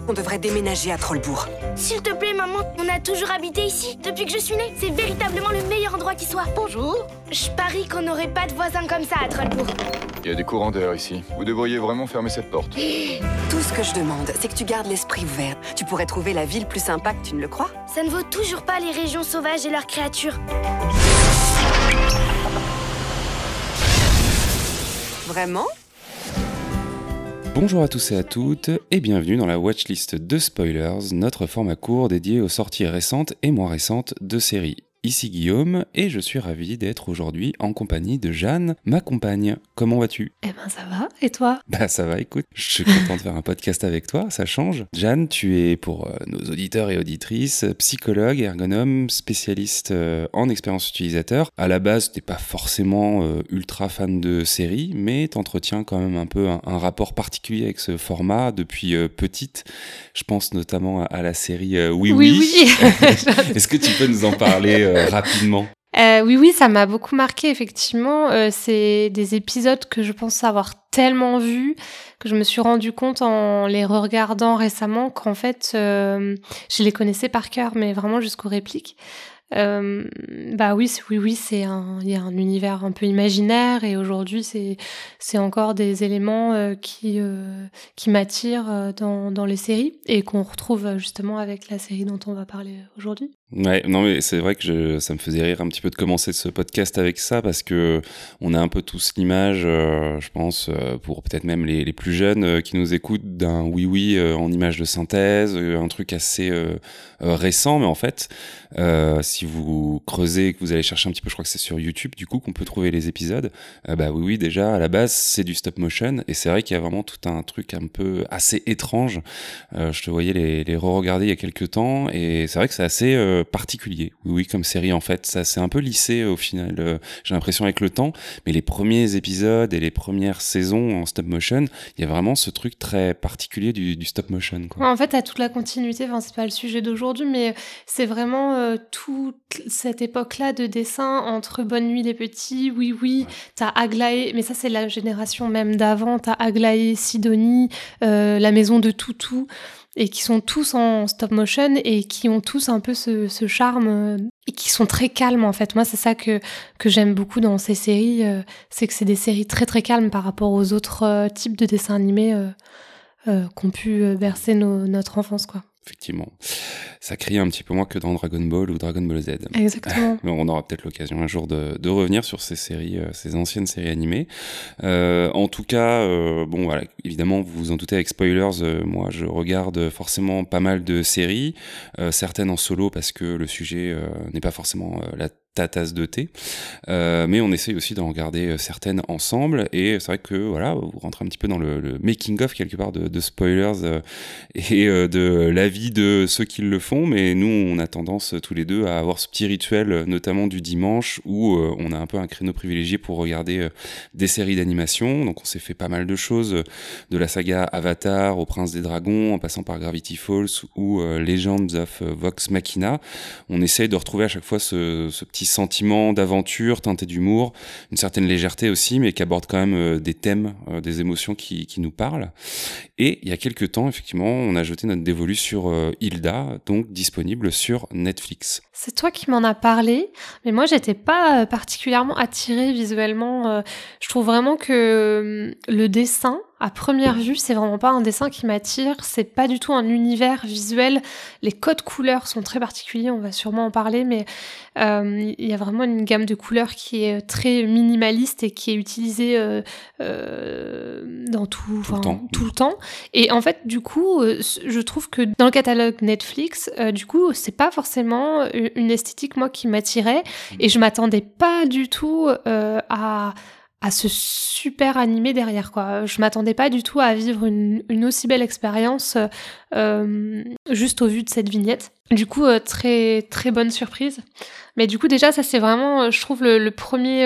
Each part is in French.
On devrait déménager à Trollbourg. S'il te plaît, maman, on a toujours habité ici depuis que je suis née. C'est véritablement le meilleur endroit qui soit. Bonjour. Je parie qu'on n'aurait pas de voisins comme ça à Trollbourg. Il y a des courants d'air ici. Vous devriez vraiment fermer cette porte. Tout ce que je demande, c'est que tu gardes l'esprit ouvert. Tu pourrais trouver la ville plus sympa que tu ne le crois. Ça ne vaut toujours pas les régions sauvages et leurs créatures. Vraiment ? Bonjour à tous et à toutes, et bienvenue dans la watchlist de Spoilers, notre format court dédié aux sorties récentes et moins récentes de séries. Ici Guillaume, et je suis ravi d'être aujourd'hui en compagnie de Jeanne, ma compagne. Comment vas-tu ? Eh ben ça va, et toi ? Bah ça va, écoute, je suis content de faire un podcast avec toi, ça change. Jeanne, tu es, pour nos auditeurs et auditrices, psychologue, ergonome, spécialiste en expérience utilisateur. À la base, t'es pas forcément ultra fan de séries, mais t'entretiens quand même un peu un rapport particulier avec ce format depuis petite. Je pense notamment à la série Oui. Est-ce que tu peux nous en parler rapidement ? Oui, ça m'a beaucoup marqué, effectivement. C'est des épisodes que je pense avoir tellement vus que je me suis rendu compte en les re-regardant récemment qu'en fait, je les connaissais par cœur, mais vraiment jusqu'aux répliques. Il y a un univers un peu imaginaire et aujourd'hui c'est encore des éléments qui m'attirent dans les séries et qu'on retrouve justement avec la série dont on va parler aujourd'hui. Ouais, non mais c'est vrai que ça me faisait rire un petit peu de commencer ce podcast avec ça parce que on a un peu tous l'image, je pense, pour peut-être même les plus jeunes qui nous écoutent d'un oui en image de synthèse, un truc assez récent, mais en fait, si vous creusez, que vous allez chercher un petit peu, je crois que c'est sur YouTube du coup qu'on peut trouver les épisodes, oui, déjà à la base c'est du stop motion et c'est vrai qu'il y a vraiment tout un truc un peu assez étrange. Je te voyais les re-regarder il y a quelques temps et c'est vrai que c'est assez particulier, oui, comme série en fait, ça s'est un peu lissé au final, j'ai l'impression avec le temps, mais les premiers épisodes et les premières saisons en stop motion, il y a vraiment ce truc très particulier du stop motion, quoi. En fait, t'as toute la continuité, enfin c'est pas le sujet d'aujourd'hui, mais c'est vraiment toute cette époque-là de dessin entre Bonne Nuit les Petits, Oui, t'as Aglaé, mais ça c'est la génération même d'avant, t'as Aglaé, Sidonie, La Maison de Toutou, et qui sont tous en stop motion et qui ont tous un peu ce charme et qui sont très calmes en fait. Moi c'est ça que j'aime beaucoup dans ces séries, c'est que c'est des séries très très calmes par rapport aux autres types de dessins animés qu'ont pu bercer notre enfance, quoi. Effectivement. Ça crie un petit peu moins que dans Dragon Ball ou Dragon Ball Z. Exactement. Mais on aura peut-être l'occasion un jour de revenir sur ces séries, ces anciennes séries animées. En tout cas, voilà, évidemment, vous vous en doutez avec Spoilers, moi je regarde forcément pas mal de séries, certaines en solo parce que le sujet n'est pas forcément ta tasse de thé, mais on essaye aussi d'en regarder certaines ensemble et c'est vrai que voilà, vous rentrez un petit peu dans le making of quelque part de Spoilers et de la vie de ceux qui le font, mais nous on a tendance tous les deux à avoir ce petit rituel, notamment du dimanche où on a un peu un créneau privilégié pour regarder des séries d'animation. Donc on s'est fait pas mal de choses, de la saga Avatar au Prince des Dragons en passant par Gravity Falls ou Legends of Vox Machina. On essaye de retrouver à chaque fois ce petit sentiment d'aventure teinté d'humour, une certaine légèreté aussi, mais qui aborde quand même des thèmes, des émotions qui nous parlent. Et il y a quelques temps, effectivement, on a jeté notre dévolu sur Hilda, donc disponible sur Netflix. C'est toi qui m'en as parlé, mais moi j'étais pas particulièrement attirée visuellement. Je trouve vraiment que le dessin, à première vue, c'est vraiment pas un dessin qui m'attire, c'est pas du tout un univers visuel. Les codes couleurs sont très particuliers, on va sûrement en parler, mais il y a vraiment une gamme de couleurs qui est très minimaliste et qui est utilisée dans tout le temps. Et en fait, du coup, je trouve que dans le catalogue Netflix, du coup, c'est pas forcément une esthétique, moi, qui m'attirait, et je m'attendais pas du tout à ce super animé derrière, quoi. Je m'attendais pas du tout à vivre une aussi belle expérience juste au vu de cette vignette. Du coup, très très bonne surprise. Mais du coup, déjà, ça c'est vraiment, je trouve le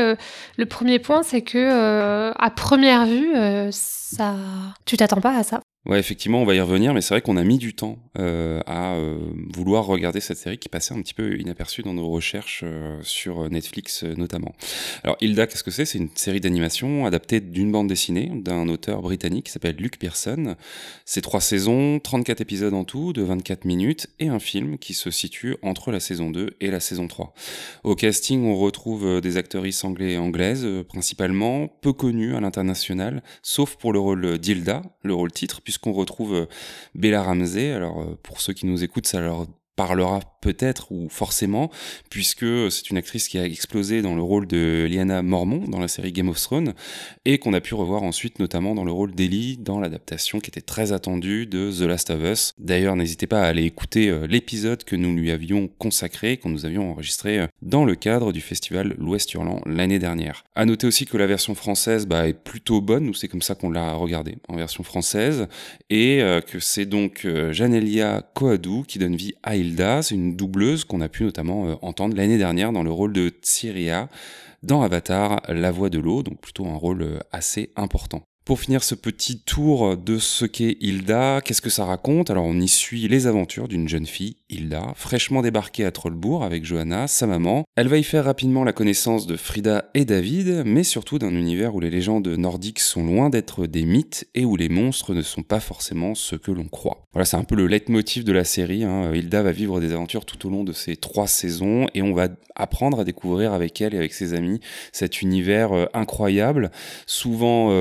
premier point, c'est que à première vue, tu t'attends pas à ça. Ouais, effectivement, on va y revenir, mais c'est vrai qu'on a mis du temps à vouloir regarder cette série qui passait un petit peu inaperçue dans nos recherches sur Netflix notamment. Alors, Hilda, qu'est-ce que c'est ? C'est une série d'animation adaptée d'une bande dessinée d'un auteur britannique qui s'appelle Luke Pearson. C'est 3 saisons, 34 épisodes en tout, de 24 minutes, et un film qui se situe entre la saison 2 et la saison 3. Au casting, on retrouve des actrices anglais et anglaises, principalement, peu connues à l'international, sauf pour le rôle d'Hilda, le rôle titre, puisqu'on retrouve Bella Ramsey. Alors pour ceux qui nous écoutent, ça leur parlera peut-être ou forcément, puisque c'est une actrice qui a explosé dans le rôle de Lyanna Mormont dans la série Game of Thrones, et qu'on a pu revoir ensuite notamment dans le rôle d'Ellie dans l'adaptation qui était très attendue de The Last of Us. D'ailleurs, n'hésitez pas à aller écouter l'épisode que nous lui avions consacré, que nous avions enregistré dans le cadre du festival L'Ouest Hurlant l'année dernière. À noter aussi que la version française est plutôt bonne, nous c'est comme ça qu'on l'a regardé en version française, et que c'est donc Janelia Coadou qui donne vie à Hilda. C'est une doubleuse qu'on a pu notamment entendre l'année dernière dans le rôle de Syria dans Avatar, La Voix de l'eau, donc plutôt un rôle assez important. Pour finir ce petit tour de ce qu'est Hilda, qu'est-ce que ça raconte ? Alors on y suit les aventures d'une jeune fille, Hilda, fraîchement débarquée à Trollbourg avec Johanna, sa maman. Elle va y faire rapidement la connaissance de Frida et David, mais surtout d'un univers où les légendes nordiques sont loin d'être des mythes et où les monstres ne sont pas forcément ce que l'on croit. Voilà, c'est un peu le leitmotiv de la série. Hilda va vivre des aventures tout au long de ces 3 saisons et on va apprendre à découvrir avec elle et avec ses amis cet univers incroyable, souvent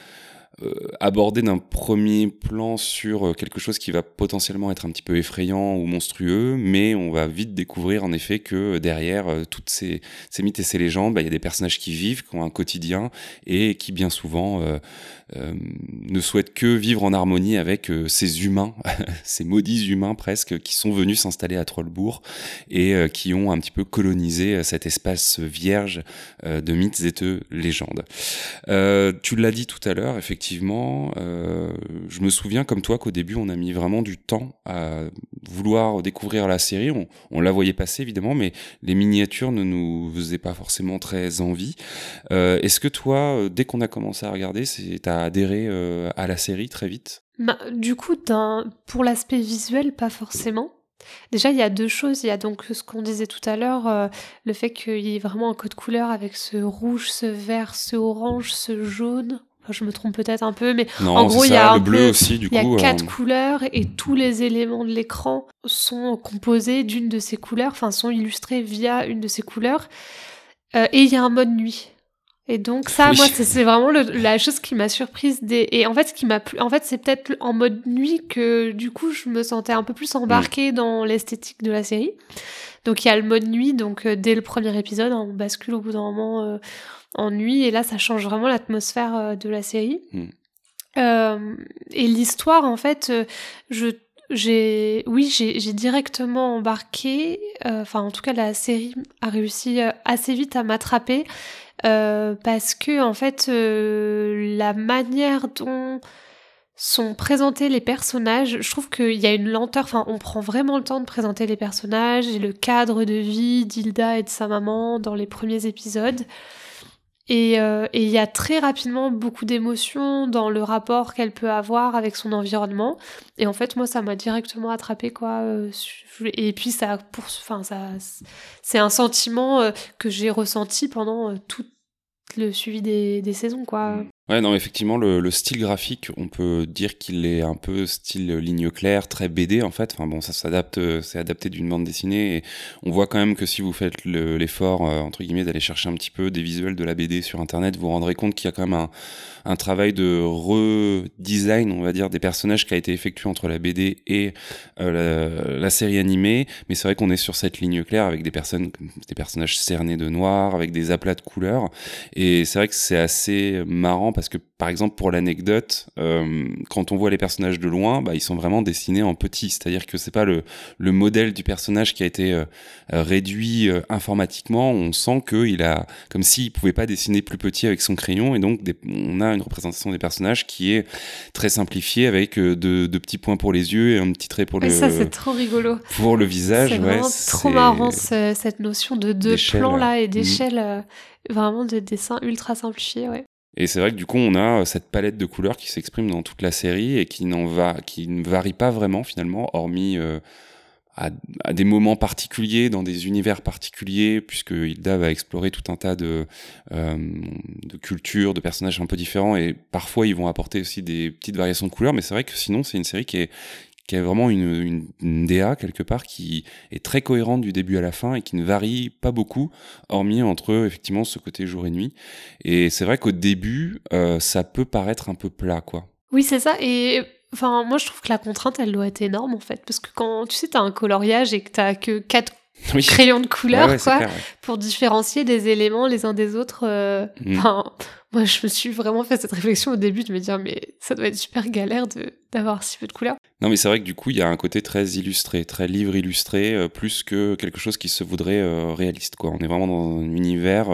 abordé d'un premier plan sur quelque chose qui va potentiellement être un petit peu effrayant ou monstrueux, mais on va vite découvrir en effet que derrière toutes ces mythes et ces légendes, il y a des personnages qui vivent, qui ont un quotidien et qui bien souvent ne souhaitent que vivre en harmonie avec ces humains, ces maudits humains presque, qui sont venus s'installer à Trollbourg et qui ont un petit peu colonisé cet espace vierge de mythes et de légendes. Tu l'as dit tout à l'heure, effectivement, je me souviens comme toi qu'au début on a mis vraiment du temps à vouloir découvrir la série. On la voyait passer évidemment, mais les miniatures ne nous faisaient pas forcément très envie. Est-ce que toi, dès qu'on a commencé à regarder, t'as adhéré à la série très vite ? Du coup, pour l'aspect visuel, pas forcément. Déjà, il y a 2 choses. Il y a donc ce qu'on disait tout à l'heure, le fait qu'il y ait vraiment un code couleur avec ce rouge, ce vert, ce orange, ce jaune. Enfin, je me trompe peut-être un peu, mais non, en gros, il y a le bleu aussi, du coup. Il y a 4 couleurs et tous les éléments de l'écran sont composés d'une de ces couleurs, enfin, sont illustrés via une de ces couleurs. Et il y a un mode nuit. Et donc ça, oui. Moi, c'est vraiment la chose qui m'a surprise. Et en fait, ce qui m'a plu, en fait, c'est peut-être en mode nuit que du coup, je me sentais un peu plus embarquée dans l'esthétique de la série. Donc il y a le mode nuit, donc dès le premier épisode, on bascule au bout d'un moment en nuit, et là, ça change vraiment l'atmosphère de la série. Et l'histoire, en fait, j'ai directement embarqué. Enfin, en tout cas, la série a réussi assez vite à m'attraper. Parce que en fait la manière dont sont présentés les personnages, je trouve qu'il y a une lenteur, enfin on prend vraiment le temps de présenter les personnages et le cadre de vie d'Hilda et de sa maman dans les premiers épisodes, et il y a très rapidement beaucoup d'émotions dans le rapport qu'elle peut avoir avec son environnement, et en fait moi ça m'a directement attrapée quoi. Et puis c'est un sentiment que j'ai ressenti pendant tout le suivi des saisons quoi. Ouais, non, effectivement, le style graphique, on peut dire qu'il est un peu style ligne claire, très BD en fait. Enfin bon, ça s'adapte, c'est adapté d'une bande dessinée, et on voit quand même que si vous faites l'effort entre guillemets d'aller chercher un petit peu des visuels de la BD sur internet, vous vous rendrez compte qu'il y a quand même un travail de redesign, on va dire, des personnages qui a été effectué entre la BD et la série animée. Mais c'est vrai qu'on est sur cette ligne claire avec des personnages cernés de noir, avec des aplats de couleurs, et c'est vrai que c'est assez marrant. Parce que, par exemple, pour l'anecdote, quand on voit les personnages de loin, ils sont vraiment dessinés en petit. C'est-à-dire que c'est pas le modèle du personnage qui a été réduit informatiquement. On sent qu'il a, comme s'il pouvait pas dessiner plus petit avec son crayon. Et donc, on a une représentation des personnages qui est très simplifiée avec deux petits points pour les yeux et un petit trait pour le... Ça, c'est trop rigolo. Pour le visage, c'est vraiment trop marrant, cette notion de 2 plans là et d'échelle, vraiment de dessin ultra simplifié, ouais. Et c'est vrai que du coup, on a cette palette de couleurs qui s'exprime dans toute la série et qui ne varie pas vraiment finalement, hormis à des moments particuliers, dans des univers particuliers, puisque Hilda va explorer tout un tas de cultures, de personnages un peu différents, et parfois ils vont apporter aussi des petites variations de couleurs, mais c'est vrai que sinon c'est une série qui a vraiment une DA quelque part qui est très cohérente du début à la fin et qui ne varie pas beaucoup, hormis entre effectivement ce côté jour et nuit. Et c'est vrai qu'au début, ça peut paraître un peu plat, quoi. Oui, c'est ça. Et enfin, moi, je trouve que la contrainte, elle doit être énorme, en fait. Parce que quand, tu sais, t'as un coloriage et que t'as que 4 crayons de couleur, ouais, quoi, clair, ouais. pour différencier des éléments les uns des autres. Enfin, moi, je me suis vraiment fait cette réflexion au début de me dire, mais ça doit être super galère d'avoir si peu de couleurs. Non, mais c'est vrai que du coup, il y a un côté très illustré, très livre illustré, plus que quelque chose qui se voudrait réaliste, quoi. On est vraiment dans un univers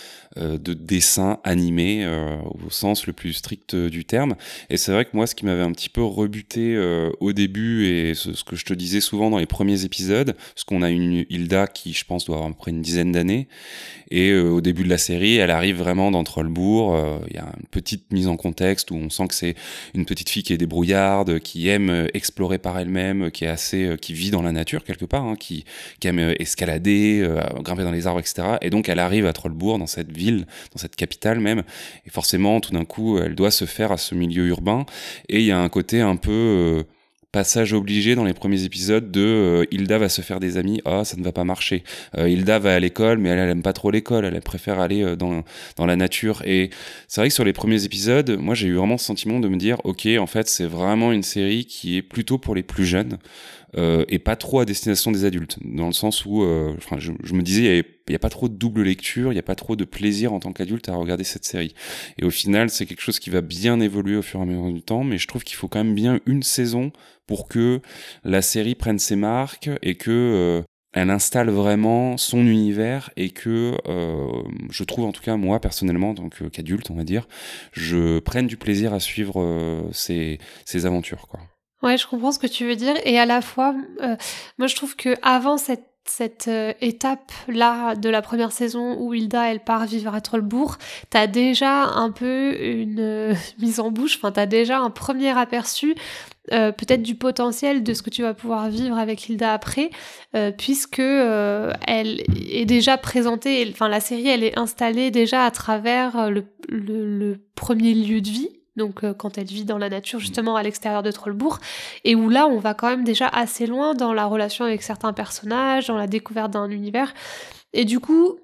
de dessin animé au sens le plus strict du terme. Et c'est vrai que moi, ce qui m'avait un petit peu rebuté au début, et ce que je te disais souvent dans les premiers épisodes, parce qu'on a une Hilda qui, je pense, doit avoir à peu près une dizaine d'années, et au début de la série, elle arrive vraiment dans Trollbourg. Il y a une petite mise en contexte où on sent que c'est une petite fille qui est débrouillarde, qui aime explorer par elle-même, qui vit dans la nature quelque part, hein, qui aime escalader, grimper dans les arbres, etc. Et donc elle arrive à Trollbourg, dans cette ville, dans cette capitale même, et forcément tout d'un coup elle doit se faire à ce milieu urbain, et il y a un côté un peu passage obligé dans les premiers épisodes de Hilda va se faire des amis, ça ne va pas marcher. Hilda va à l'école, mais elle aime pas trop l'école, elle préfère aller dans la nature. Et c'est vrai que sur les premiers épisodes, moi j'ai eu vraiment ce sentiment de me dire, ok, en fait c'est vraiment une série qui est plutôt pour les plus jeunes, et pas trop à destination des adultes, dans le sens où je me disais il y a pas trop de double lecture, il y a pas trop de plaisir en tant qu'adulte à regarder cette série. Et au final, c'est quelque chose qui va bien évoluer au fur et à mesure du temps, mais je trouve qu'il faut quand même bien une saison pour que la série prenne ses marques et que elle installe vraiment son univers, et que je trouve, en tout cas moi personnellement en tant qu'adulte, on va dire, je prenne du plaisir à suivre ces aventures, quoi. Ouais, je comprends ce que tu veux dire. Et à la fois, moi je trouve que avant cette étape-là de la première saison où Hilda, elle part vivre à Trollbourg, t'as déjà un peu une mise en bouche, enfin t'as déjà un premier aperçu peut-être du potentiel de ce que tu vas pouvoir vivre avec Hilda après, puisque elle est déjà présentée, enfin la série elle est installée déjà à travers le premier lieu de vie. Donc quand elle vit dans la nature justement à l'extérieur de Trollbourg, et où là on va quand même déjà assez loin dans la relation avec certains personnages, dans la découverte d'un univers, et du coup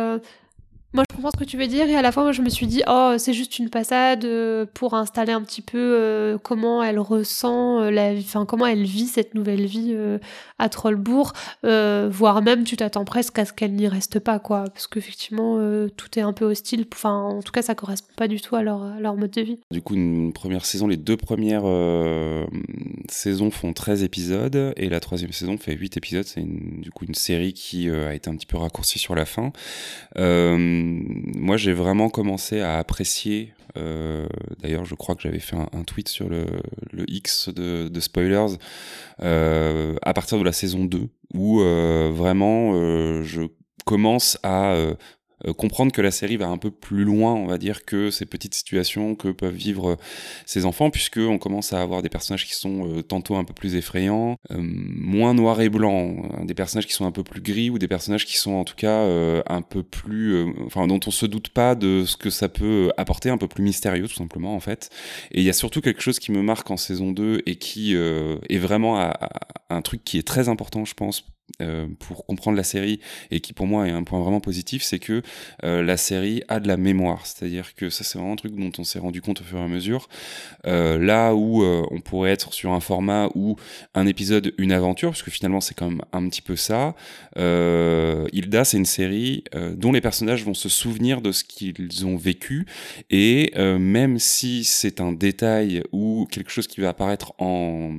moi je comprends ce que tu veux dire, et à la fois moi je me suis dit c'est juste une passade pour installer un petit peu comment elle ressent comment elle vit cette nouvelle vie à Trollbourg, voire même tu t'attends presque à ce qu'elle n'y reste pas, quoi, parce qu'effectivement tout est un peu hostile, enfin en tout cas ça correspond pas du tout à leur mode de vie. Du coup une première saison, les 2 premières saisons font 13 épisodes et la 3e saison fait 8 épisodes. C'est du coup une série qui a été un petit peu raccourcie sur la fin. Moi j'ai vraiment commencé à apprécier, d'ailleurs je crois que j'avais fait un tweet sur le X de Spoilers à partir de la saison 2 où vraiment je commence à comprendre que la série va un peu plus loin, on va dire, que ces petites situations que peuvent vivre ces enfants, puisque on commence à avoir des personnages qui sont tantôt un peu plus effrayants, moins noir et blanc, des personnages qui sont un peu plus gris, ou des personnages qui sont en tout cas un peu plus, dont on se doute pas de ce que ça peut apporter, un peu plus mystérieux tout simplement en fait. Et il y a surtout quelque chose qui me marque en saison 2 et qui est vraiment un truc qui est très important, je pense, pour comprendre la série, et qui pour moi est un point vraiment positif, c'est que la série a de la mémoire. C'est-à-dire que ça c'est vraiment un truc dont on s'est rendu compte au fur et à mesure, là où on pourrait être sur un format où un épisode, une aventure, parce que finalement c'est quand même un petit peu ça, Hilda c'est une série dont les personnages vont se souvenir de ce qu'ils ont vécu, et même si c'est un détail ou quelque chose qui va apparaître en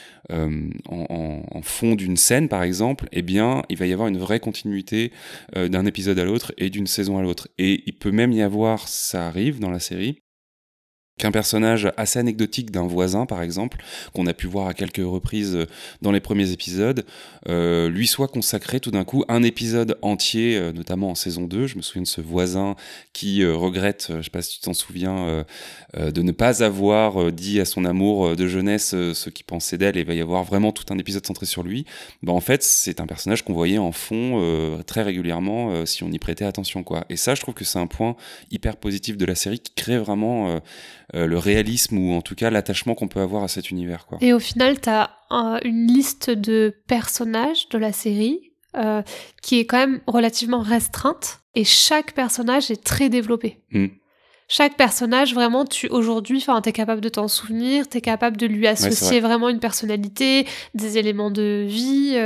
fond d'une scène par exemple, eh bien il va y avoir une vraie continuité d'un épisode à l'autre et d'une saison à l'autre, et il peut même y avoir, ça arrive dans la série, qu'un personnage assez anecdotique d'un voisin, par exemple, qu'on a pu voir à quelques reprises dans les premiers épisodes, lui soit consacré tout d'un coup un épisode entier, notamment en saison 2. Je me souviens de ce voisin qui regrette, je sais pas si tu t'en souviens, de ne pas avoir dit à son amour de jeunesse ce qu'il pensait d'elle, et il va y avoir vraiment tout un épisode centré sur lui. En fait, c'est un personnage qu'on voyait en fond très régulièrement si on y prêtait attention, quoi. Et ça, je trouve que c'est un point hyper positif de la série qui crée vraiment le réalisme, ou en tout cas l'attachement qu'on peut avoir à cet univers, quoi. Et au final, t'as une liste de personnages de la série qui est quand même relativement restreinte, et chaque personnage est très développé. Chaque personnage, vraiment, aujourd'hui, t'es capable de t'en souvenir, t'es capable de lui associer vraiment une personnalité, des éléments de vie,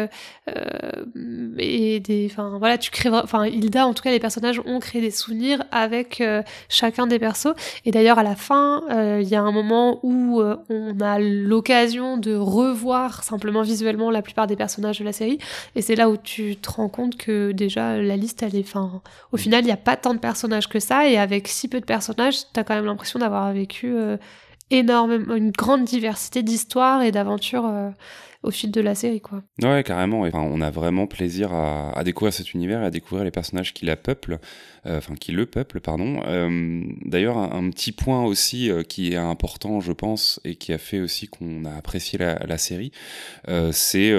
et tu crées, Hilda, en tout cas, les personnages ont créé des souvenirs avec chacun des persos. Et d'ailleurs, à la fin, il y a un moment où on a l'occasion de revoir simplement visuellement la plupart des personnages de la série, et c'est là où tu te rends compte que déjà, la liste, au final, il n'y a pas tant de personnages que ça, et avec si peu de personnages, t'as quand même l'impression d'avoir vécu énormément, une grande diversité d'histoires et d'aventures au fil de la série, quoi. Ouais, carrément. On a vraiment plaisir à découvrir cet univers et à découvrir les personnages qui le peuplent, pardon. D'ailleurs, un petit point aussi qui est important, je pense, et qui a fait aussi qu'on a apprécié la série, c'est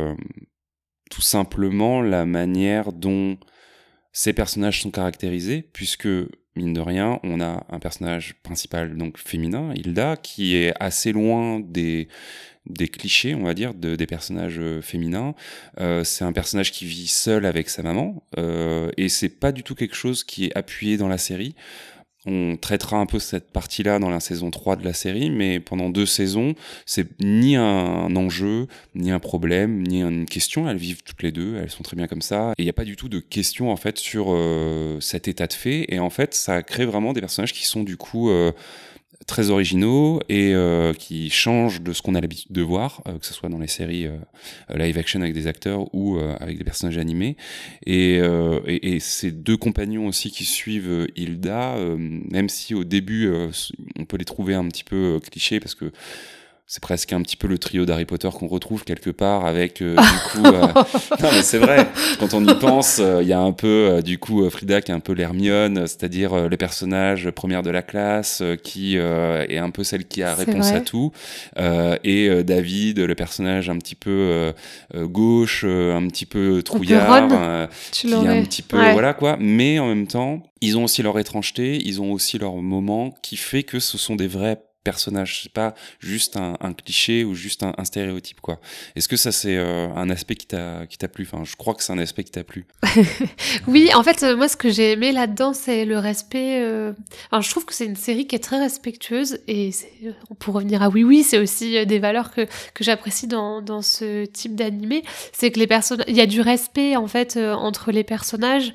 tout simplement la manière dont ces personnages sont caractérisés, puisque mine de rien, on a un personnage principal, donc féminin, Hilda, qui est assez loin des clichés, on va dire, des personnages féminins. C'est un personnage qui vit seul avec sa maman, et c'est pas du tout quelque chose qui est appuyé dans la série. On traitera un peu cette partie-là dans la saison 3 de la série, mais pendant 2 saisons, c'est ni un enjeu, ni un problème, ni une question. Elles vivent toutes les deux, elles sont très bien comme ça. Et il n'y a pas du tout de question, en fait, sur cet état de fait. Et en fait, ça crée vraiment des personnages qui sont, du coup, très originaux et qui changent de ce qu'on a l'habitude de voir, que ce soit dans les séries live action avec des acteurs ou avec des personnages animés. Et ces 2 compagnons aussi qui suivent Hilda, même si au début on peut les trouver un petit peu clichés, parce que c'est presque un petit peu le trio d'Harry Potter qu'on retrouve quelque part avec du coup non mais c'est vrai, quand on y pense, il y a un peu du coup Frida qui est un peu l'Hermione, c'est-à-dire le personnage première de la classe qui est un peu celle qui a réponse à tout, et David, le personnage un petit peu gauche, un petit peu trouillard, qui est un petit peu voilà quoi, mais en même temps ils ont aussi leur étrangeté, ils ont aussi leur moment qui fait que ce sont des vrais personnage, c'est pas juste un cliché ou juste un stéréotype, quoi. Est-ce que ça c'est un aspect qui t'a plu? Enfin, je crois que c'est un aspect qui t'a plu. Oui, en fait, moi ce que j'ai aimé là-dedans, c'est le respect. Alors, je trouve que c'est une série qui est très respectueuse, et pour revenir à Oui, c'est aussi des valeurs que j'apprécie dans ce type d'animé. C'est que il y a du respect en fait entre les personnages.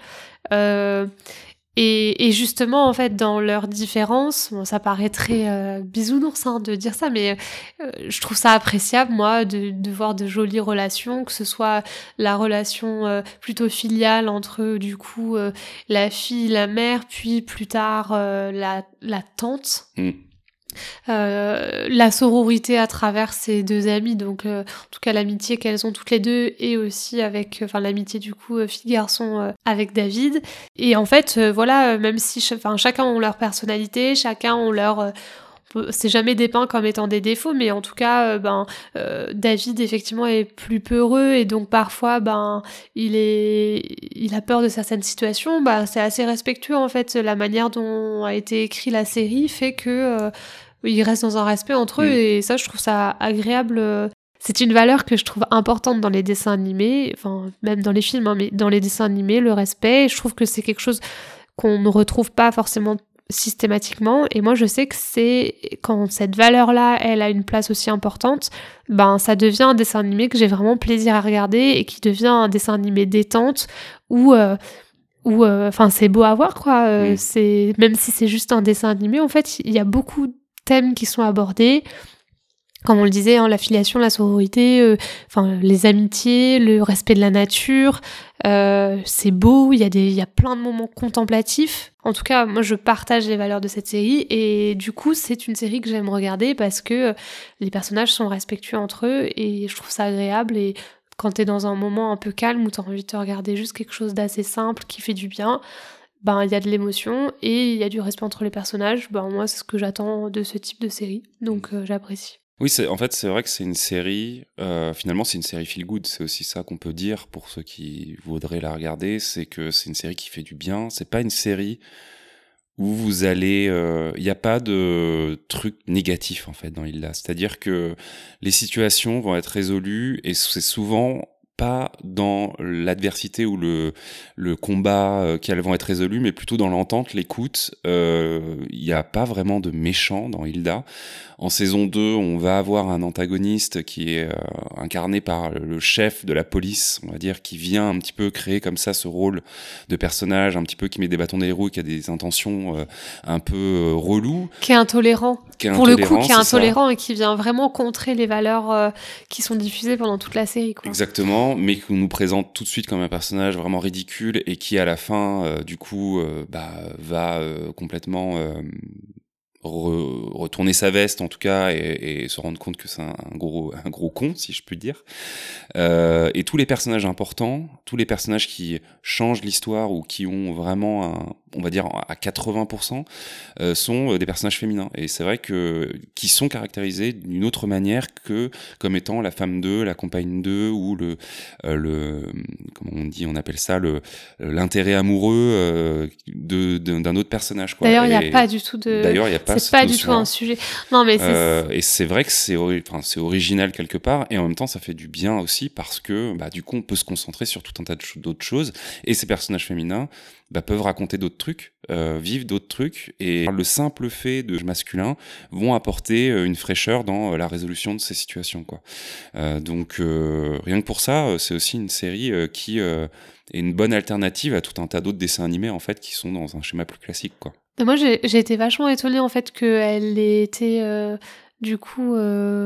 Et justement, en fait, dans leurs différences, bon, ça paraît très bisounours de dire ça, mais je trouve ça appréciable, moi, de voir de jolies relations, que ce soit la relation plutôt filiale entre, du coup, la fille, la mère, puis plus tard la tante. La sororité à travers ces 2 amies, donc en tout cas l'amitié qu'elles ont toutes les deux, et aussi avec l'amitié du coup fille-garçon avec David. Et en fait voilà, même si chacun ont leur personnalité, chacun ont leur c'est jamais dépeint comme étant des défauts, mais en tout cas David effectivement est plus peureux, et donc parfois il a peur de certaines situations. C'est assez respectueux en fait, la manière dont a été écrit la série fait que ils restent dans un respect entre eux, et ça je trouve ça agréable. C'est une valeur que je trouve importante dans les dessins animés, enfin même dans les films, mais dans les dessins animés, le respect. Et je trouve que c'est quelque chose qu'on ne retrouve pas forcément systématiquement, et moi je sais que c'est quand cette valeur-là, elle a une place aussi importante, ça devient un dessin animé que j'ai vraiment plaisir à regarder, et qui devient un dessin animé détente où c'est beau à voir, quoi. C'est, même si c'est juste un dessin animé, en fait il y a beaucoup de thèmes qui sont abordés. comme on le disait, hein, l'affiliation, la sororité, les amitiés, le respect de la nature, c'est beau, il y a plein de moments contemplatifs. En tout cas, moi je partage les valeurs de cette série et du coup c'est une série que j'aime regarder parce que les personnages sont respectueux entre eux et je trouve ça agréable. Et quand t'es dans un moment un peu calme où t'as envie de te regarder juste quelque chose d'assez simple qui fait du bien, il y a de l'émotion et il y a du respect entre les personnages. Moi c'est ce que j'attends de ce type de série, donc j'apprécie. Oui, c'est vrai que c'est une série, finalement c'est une série feel good, c'est aussi ça qu'on peut dire pour ceux qui voudraient la regarder, c'est que c'est une série qui fait du bien, c'est pas une série où vous allez, il n'y a pas de truc négatif en fait dans Hilda, c'est-à-dire que les situations vont être résolues et c'est souvent pas dans l'adversité ou le combat qu'elles vont être résolues, mais plutôt dans l'entente, l'écoute. Il n'y a pas vraiment de méchant dans Hilda. En saison 2, on va avoir un antagoniste qui est incarné par le chef de la police, on va dire, qui vient un petit peu créer comme ça ce rôle de personnage, un petit peu qui met des bâtons dans les roues, qui a des intentions un peu reloues. Qui est intolérant. Pour le coup, qui est intolérant et qui vient vraiment contrer les valeurs qui sont diffusées pendant toute la série, quoi. Exactement, mais qu'on nous présente tout de suite comme un personnage vraiment ridicule et qui, à la fin, va complètement... retourner sa veste en tout cas et se rendre compte que c'est un gros con, si je puis dire. Et tous les personnages importants, tous les personnages qui changent l'histoire ou qui ont vraiment on va dire à 80% sont des personnages féminins, et c'est vrai que qui sont caractérisés d'une autre manière que comme étant la femme d'eux, la compagne d'eux, ou le comment on appelle ça, l'intérêt amoureux d'un autre personnage, quoi. D'ailleurs, il n'y a pas du tout c'est pas du tout un sujet. Non, mais et c'est vrai que c'est original quelque part, et en même temps ça fait du bien aussi parce que du coup on peut se concentrer sur tout un tas d'autres choses, et ces personnages féminins peuvent raconter d'autres trucs, vivre d'autres trucs, et le simple fait de masculin vont apporter une fraîcheur dans la résolution de ces situations, quoi. Donc rien que pour ça, c'est aussi une série qui est une bonne alternative à tout un tas d'autres dessins animés en fait qui sont dans un schéma plus classique, quoi. Moi j'ai été vachement étonnée en fait qu'elle ait été du coup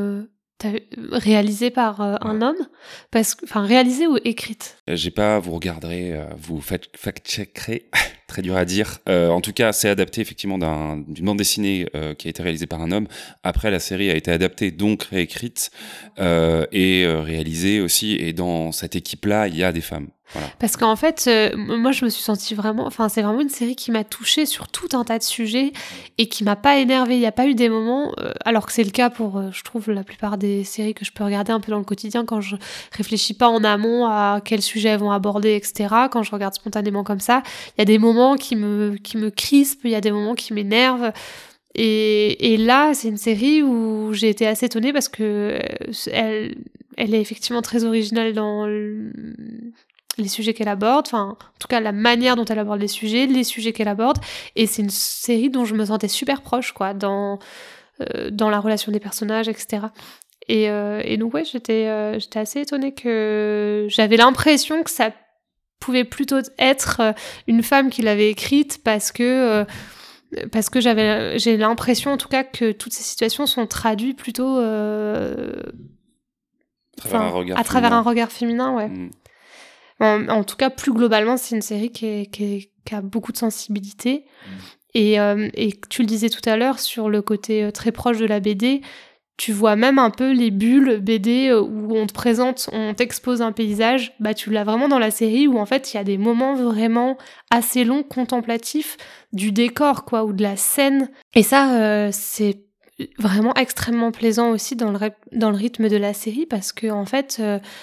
réalisée par un homme, réalisée ou écrite. J'ai pas, vous regarderez, vous fact-checkerez, très dur à dire. En tout cas, c'est adapté effectivement d'une bande dessinée qui a été réalisée par un homme. Après, la série a été adaptée, donc réécrite et réalisée aussi. Et dans cette équipe-là, il y a des femmes. Voilà. Parce qu'en fait, moi je me suis sentie vraiment... c'est vraiment une série qui m'a touchée sur tout un tas de sujets et qui m'a pas énervée. Il n'y a pas eu des moments... alors que c'est le cas pour, je trouve, la plupart des séries que je peux regarder un peu dans le quotidien quand je réfléchis pas en amont à quels sujets elles vont aborder, etc. Quand je regarde spontanément comme ça, il y a des moments qui me crispent, il y a des moments qui m'énervent. Et là, c'est une série où j'ai été assez étonnée parce que elle est effectivement très originale dans les sujets qu'elle aborde, en tout cas la manière dont elle aborde les sujets qu'elle aborde, et c'est une série dont je me sentais super proche, quoi, dans la relation des personnages, etc. Et donc ouais, j'étais assez étonnée, que j'avais l'impression que ça pouvait plutôt être une femme qui l'avait écrite, parce que j'ai l'impression en tout cas que toutes ces situations sont traduites plutôt à travers un regard féminin, ouais. En tout cas, plus globalement, c'est une série qui a beaucoup de sensibilité. Et tu le disais tout à l'heure, sur le côté très proche de la BD, tu vois même un peu les bulles BD où on t'expose un paysage. Tu l'as vraiment dans la série, où en fait, il y a des moments vraiment assez longs, contemplatifs, du décor, quoi, ou de la scène. Et ça, c'est vraiment extrêmement plaisant aussi dans le rythme de la série, parce que en fait...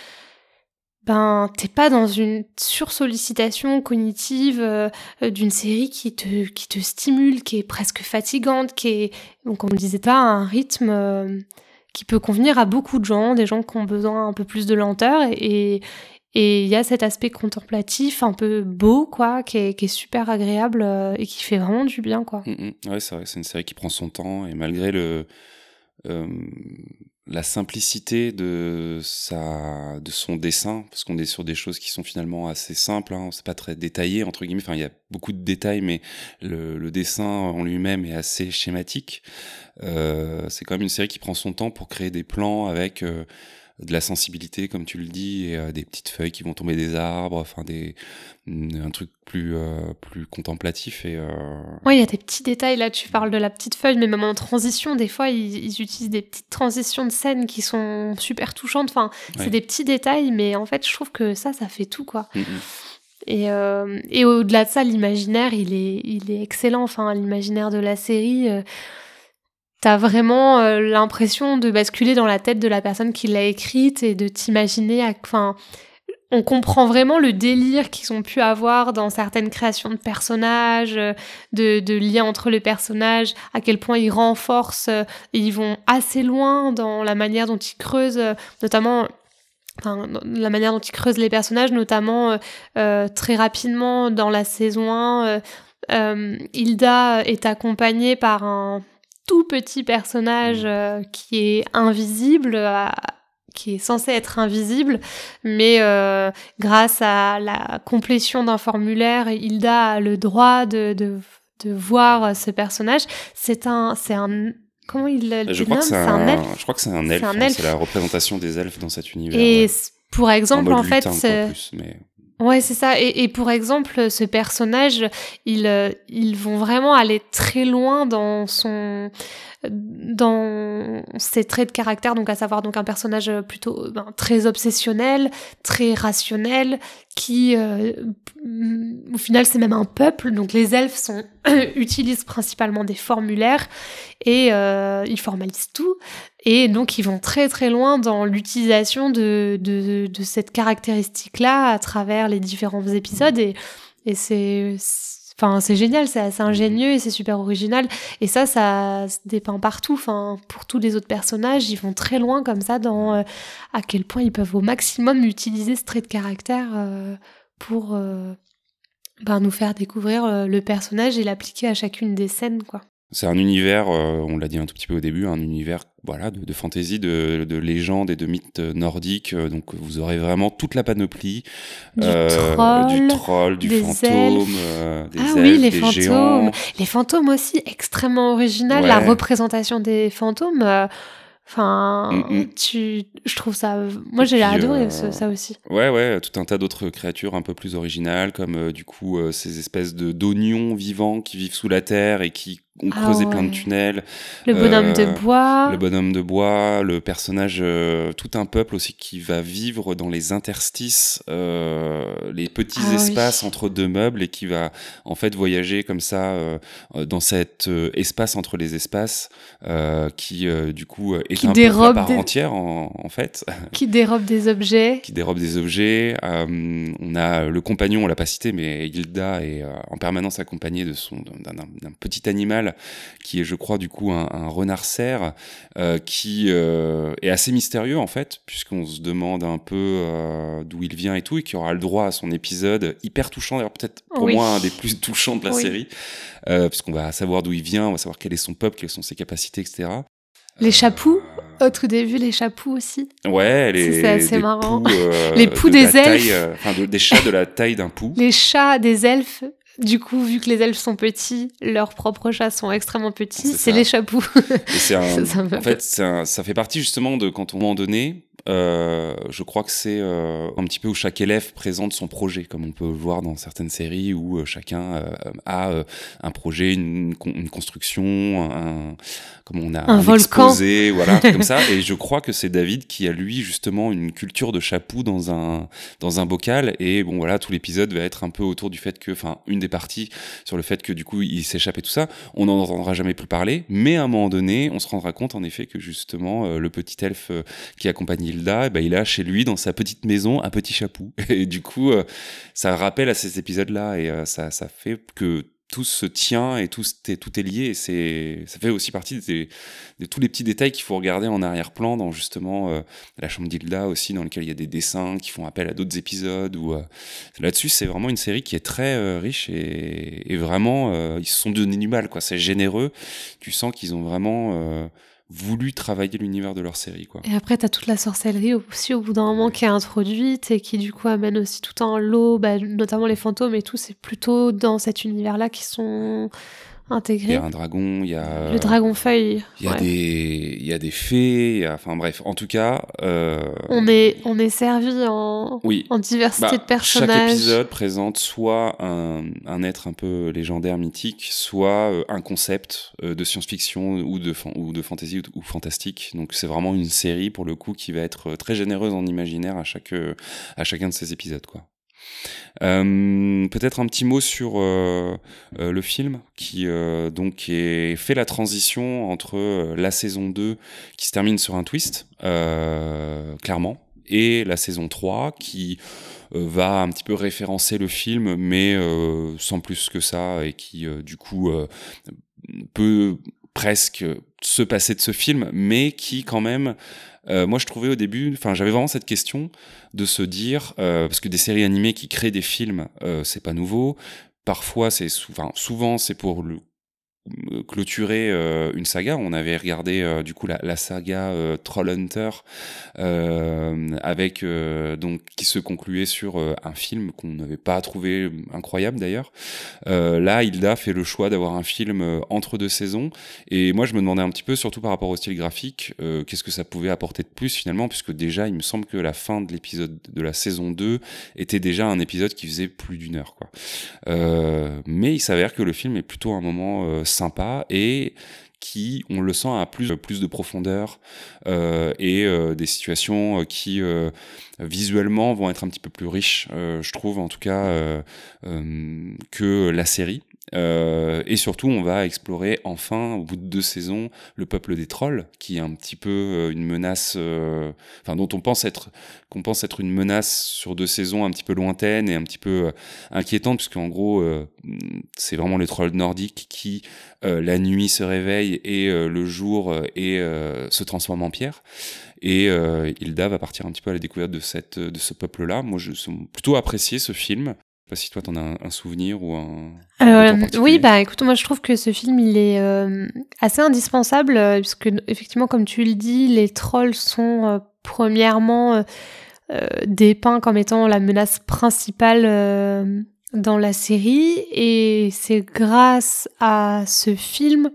t'es pas dans une sursollicitation cognitive d'une série qui te stimule, qui est presque fatigante, qui est, donc on le disait pas, un rythme qui peut convenir à beaucoup de gens, des gens qui ont besoin un peu plus de lenteur, et il y a cet aspect contemplatif un peu beau, quoi, qui est super agréable et qui fait vraiment du bien, quoi. Ouais, c'est vrai, c'est une série qui prend son temps, et malgré le la simplicité de son dessin, parce qu'on est sur des choses qui sont finalement assez simples, hein, c'est pas très détaillé entre guillemets, enfin il y a beaucoup de détails, mais le dessin en lui-même est assez schématique. C'est quand même une série qui prend son temps pour créer des plans avec de la sensibilité, comme tu le dis, et des petites feuilles qui vont tomber des arbres, enfin un truc plus contemplatif et Ouais, il y a des petits détails là, tu parles de la petite feuille, mais même en transition, des fois ils utilisent des petites transitions de scènes qui sont super touchantes, enfin c'est des petits détails, mais en fait je trouve que ça fait tout quoi. Et au-delà de ça, l'imaginaire il est excellent, enfin l'imaginaire de la série, t'as vraiment l'impression de basculer dans la tête de la personne qui l'a écrite et de t'imaginer, enfin on comprend vraiment le délire qu'ils ont pu avoir dans certaines créations de personnages, de liens entre les personnages, à quel point ils renforcent, et ils vont assez loin dans la manière dont ils creusent, notamment... Enfin, la manière dont ils creusent les personnages, notamment très rapidement dans la saison 1, Hilda est accompagnée par un tout petit personnage qui est invisible, qui est censé être invisible, mais grâce à la complétion d'un formulaire, Hilda a le droit de voir ce personnage. C'est un comment il le je crois nomme ? C'est un elfe. Je crois que c'est un elfe. C'est un elfe. C'est la représentation des elfes dans cet univers. Et pour exemple, en fait, ouais, c'est ça. Et pour exemple, ce personnage, ils vont vraiment aller très loin dans ses traits de caractère, donc à savoir donc un personnage plutôt très obsessionnel, très rationnel, qui au final c'est même un peuple, donc les elfes utilisent principalement des formulaires et ils formalisent tout, et donc ils vont très très loin dans l'utilisation de cette caractéristique-là à travers les différents épisodes, et c'est génial, c'est assez ingénieux et c'est super original. Et ça se dépeint partout. Enfin, pour tous les autres personnages, ils vont très loin comme ça dans à quel point ils peuvent au maximum utiliser ce trait de caractère pour nous faire découvrir le personnage et l'appliquer à chacune des scènes, quoi. C'est un univers, on l'a dit un tout petit peu au début, un univers de fantasy, de légendes et de mythes nordiques. Donc vous aurez vraiment toute la panoplie du troll, du des fantôme, elfes. des elfes, les des fantômes. géants. Les fantômes aussi, extrêmement original. Ouais. La représentation des fantômes... je trouve ça... Moi, j'ai adoré ça aussi. Ouais, tout un tas d'autres créatures un peu plus originales, comme ces espèces d'oignons vivants qui vivent sous la terre et qui ont creusé plein de tunnels. Le bonhomme de bois. Le bonhomme de bois, le personnage... tout un peuple aussi qui va vivre dans les interstices, les petits espaces entre deux meubles, et qui va en fait voyager comme ça dans cet espace entre les espaces, qui du coup est un peuple à part entière en fait. Qui dérobe des objets. On a le compagnon, on l'a pas cité, mais Hilda est en permanence accompagnée d'un petit animal qui est, je crois, du coup un renard cerf, qui est assez mystérieux en fait, puisqu'on se demande un peu d'où il vient et tout, et qui aura le droit à son épisode hyper touchant, d'ailleurs peut-être pour moi un des plus touchants de la série, puisqu'on va savoir d'où il vient, on va savoir quel est son peuple, quelles sont ses capacités, etc. Les chapous, au tout début, les chapous aussi. Ouais, c'est assez marrant. Poux, les poux des elfes. Des chats de la taille d'un pou. Les chats des elfes. Du coup, vu que les elfes sont petits, leurs propres chats sont extrêmement petits, c'est les chapous. Et en fait, ça fait partie justement de quand on, à un moment donné, je crois que c'est un petit peu où chaque élève présente son projet, comme on peut le voir dans certaines séries où chacun a un projet, une construction, comme on a un volcan, exposé, voilà, comme ça. Et je crois que c'est David qui a lui justement une culture de chapou dans un bocal. Et bon voilà, tout l'épisode va être un peu autour du fait que, une des parties sur le fait que du coup il s'échappe et tout ça. On n'en entendra jamais plus parler, mais à un moment donné, on se rendra compte en effet que justement le petit elfe qui accompagne Hilda, il a chez lui dans sa petite maison un petit chapou. Et du coup, ça rappelle à ces épisodes-là, et ça fait que tout se tient et tout est lié, et ça fait aussi partie de tous les petits détails qu'il faut regarder en arrière-plan dans justement la chambre d'Hilda aussi, dans lequel il y a des dessins qui font appel à d'autres épisodes, ou là-dessus c'est vraiment une série qui est très riche, et vraiment ils se sont donnés du mal, quoi. C'est généreux, tu sens qu'ils ont vraiment voulu travailler l'univers de leur série, quoi. Et après, t'as toute la sorcellerie aussi au bout d'un moment qui est introduite et qui du coup amène aussi tout un lot, notamment les fantômes et tout, c'est plutôt dans cet univers-là qui sont intégrés. Il y a un dragon, il y a... Le dragon-feuille. Il y a des fées, enfin bref, en tout cas... On est servi en diversité de personnages. Chaque épisode présente soit un être un peu légendaire, mythique, soit un concept de science-fiction ou de fantasy ou fantastique. Donc c'est vraiment une série, pour le coup, qui va être très généreuse en imaginaire à chacun de ces épisodes, quoi. Peut-être un petit mot sur le film qui donc fait la transition entre la saison 2 qui se termine sur un twist clairement, et la saison 3 qui va un petit peu référencer le film mais sans plus que ça, et qui du coup peut presque se passer de ce film, mais qui quand même moi je trouvais au début, j'avais vraiment cette question de se dire, parce que des séries animées qui créent des films, c'est pas nouveau, parfois souvent c'est pour clôturer une saga. On avait regardé du coup la saga Trollhunter avec donc qui se concluait sur un film qu'on n'avait pas trouvé incroyable d'ailleurs. Là, Hilda fait le choix d'avoir un film entre deux saisons, et moi je me demandais un petit peu, surtout par rapport au style graphique, qu'est-ce que ça pouvait apporter de plus finalement, puisque déjà il me semble que la fin de l'épisode de la saison 2 était déjà un épisode qui faisait plus d'une heure, quoi. Mais il s'avère que le film est plutôt un moment sympa, et qui, on le sent, a plus de profondeur et des situations qui visuellement vont être un petit peu plus riches, je trouve en tout cas, que la série. Et surtout, on va explorer enfin, au bout de 2 saisons, le peuple des trolls, qui est un petit peu une menace, dont qu'on pense être une menace sur 2 saisons un petit peu lointaine et un petit peu inquiétante, puisqu'en gros, c'est vraiment les trolls nordiques qui, la nuit, se réveillent et le jour se transforment en pierre. Et Hilda va partir un petit peu à la découverte de ce peuple-là. Moi, j'ai plutôt apprécié ce film. Je sais pas si toi t'en as un souvenir ou oui, écoute, moi je trouve que ce film il est assez indispensable, puisque effectivement, comme tu le dis, les trolls sont premièrement dépeints comme étant la menace principale dans la série, et c'est grâce à ce film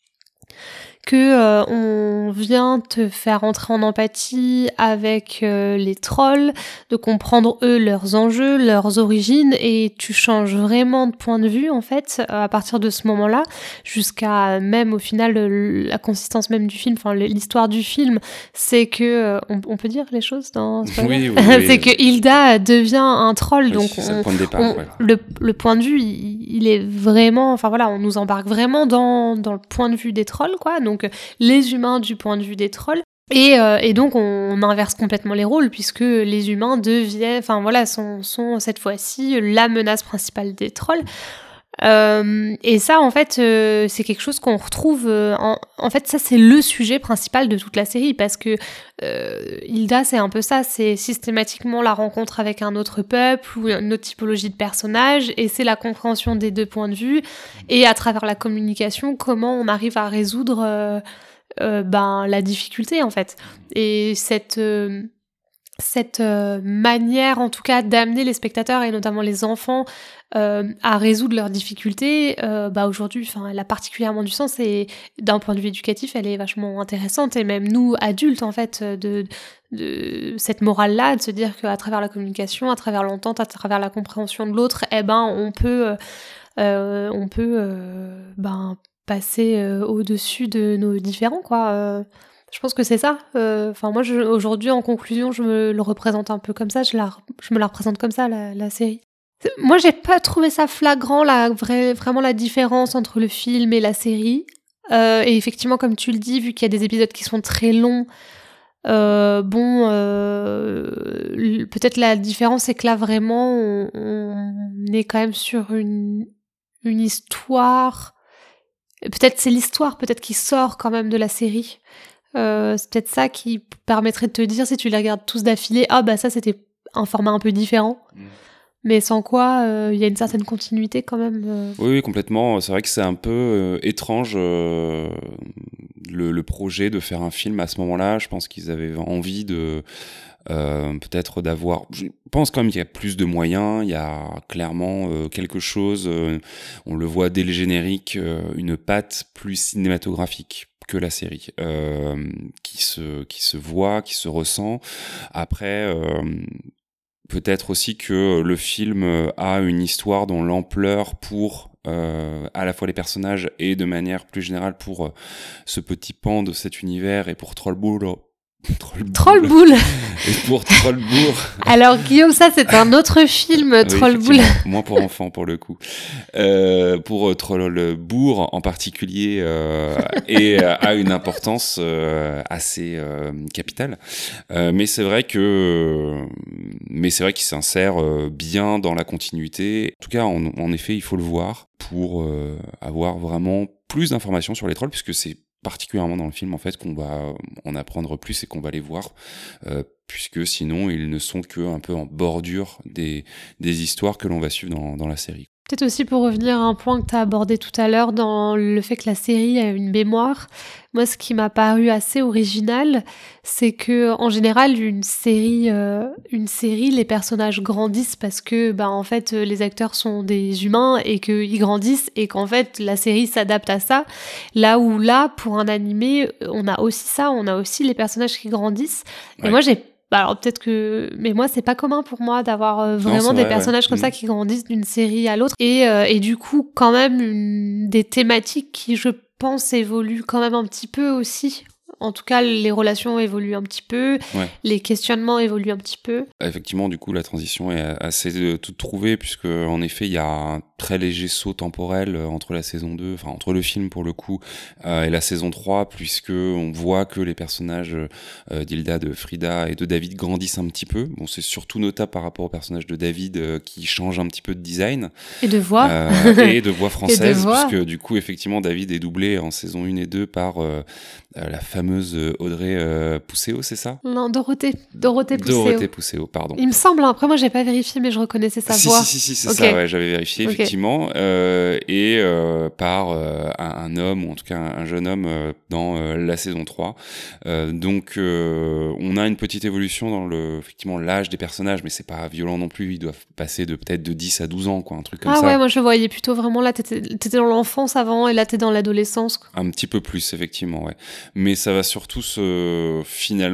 que on vient te faire entrer en empathie avec les trolls, de comprendre eux leurs enjeux, leurs origines, et tu changes vraiment de point de vue en fait à partir de ce moment-là, jusqu'à même au final la consistance même du film, l'histoire du film, c'est que on peut dire les choses dans oui. C'est que Hilda devient un troll, oui, donc c'est le point de départ, le point de vue il est vraiment, on nous embarque vraiment dans le point de vue des trolls, quoi. Donc les humains du point de vue des trolls, et donc on inverse complètement les rôles, puisque les humains deviennent, sont cette fois-ci la menace principale des trolls. Et ça, en fait, c'est quelque chose qu'on retrouve. En fait, ça, c'est le sujet principal de toute la série, parce que Hilda, c'est un peu ça. C'est systématiquement la rencontre avec un autre peuple ou une autre typologie de personnage, et c'est la compréhension des deux points de vue, et à travers la communication, comment on arrive à résoudre la difficulté, en fait. Et cette manière, en tout cas, d'amener les spectateurs, et notamment les enfants, à résoudre leurs difficultés, aujourd'hui, elle a particulièrement du sens, et d'un point de vue éducatif, elle est vachement intéressante, et même nous, adultes, en fait, de cette morale-là, de se dire qu'à travers la communication, à travers l'entente, à travers la compréhension de l'autre, on peut passer au-dessus de nos différends, quoi. Je pense que c'est ça. Moi, aujourd'hui, en conclusion, je me le représente un peu comme ça. Je me la représente comme ça, la série. Moi, j'ai pas trouvé ça flagrant, vraiment la différence entre le film et la série. Et effectivement, comme tu le dis, vu qu'il y a des épisodes qui sont très longs, peut-être la différence, c'est que là, vraiment, on est quand même sur une histoire. Peut-être c'est l'histoire, qui sort quand même de la série. C'est peut-être ça qui permettrait de te dire, si tu les regardes tous d'affilée, ça c'était un format un peu différent. mais sans quoi il y a une certaine continuité quand même. Oui, complètement. C'est vrai que c'est un peu étrange le projet de faire un film à ce moment-là. Je pense qu'ils avaient envie de peut-être d'avoir... Je pense quand même qu'il y a plus de moyens. Il y a clairement quelque chose, on le voit dès le générique, une patte plus cinématographique que la série, qui se voit, qui se ressent. Après... peut-être aussi que le film a une histoire dont l'ampleur pour à la fois les personnages et de manière plus générale pour ce petit pan de cet univers et pour Trollbourg. Et pour Trollbourg. Alors Guillaume, ça c'est un autre film, Oui, Trollbourg. Moins pour enfants pour le coup. Pour Trollbourg en particulier et a une importance assez capitale. Mais c'est vrai qu'il s'insère bien dans la continuité. En tout cas, en effet, il faut le voir pour avoir vraiment plus d'informations sur les trolls, puisque c'est particulièrement dans le film en fait qu'on va en apprendre plus et qu'on va les voir, puisque sinon ils ne sont que un peu en bordure des histoires que l'on va suivre dans la série. Peut-être aussi pour revenir à un point que tu as abordé tout à l'heure dans le fait que la série a une mémoire. Moi, ce qui m'a paru assez original, c'est que en général, une série, les personnages grandissent parce que, en fait, les acteurs sont des humains et qu'ils grandissent et qu'en fait, la série s'adapte à ça. Là, pour un animé, on a aussi ça, on a aussi les personnages qui grandissent. Et moi, alors peut-être que... Mais moi, c'est pas commun pour moi d'avoir vraiment des personnages comme ça qui grandissent d'une série à l'autre. Et du coup, quand même, des thématiques qui, je pense, évoluent quand même un petit peu aussi. En tout cas, les relations évoluent un petit peu, les questionnements évoluent un petit peu. Effectivement, du coup, la transition est assez toute trouvée, puisque en effet, il y a un très léger saut temporel entre la saison 2, enfin entre le film pour le coup, et la saison 3, puisque on voit que les personnages d'Hilda, de Frida et de David grandissent un petit peu. Bon, c'est surtout notable par rapport au personnage de David qui change un petit peu de design. Et de voix. Et de voix française, puisque du coup, effectivement, David est doublé en saison 1 et 2 par la fameuse Audrey Pousseau, c'est ça ? Non, Dorothée Pousseau. Dorothée Pousseau, pardon. Il me semble, après moi j'ai pas vérifié, mais je reconnaissais sa voix. Si, c'est ça, ouais, j'avais vérifié, effectivement. Et par un homme, ou en tout cas un jeune homme dans la saison 3. Donc on a une petite évolution dans effectivement l'âge des personnages, mais c'est pas violent non plus, ils doivent passer peut-être de 10 à 12 ans, quoi, un truc comme ça. Ah ouais, moi je voyais plutôt vraiment là, t'étais dans l'enfance avant, et là t'es dans l'adolescence, quoi. Un petit peu plus, effectivement, ouais. Mais ça va surtout se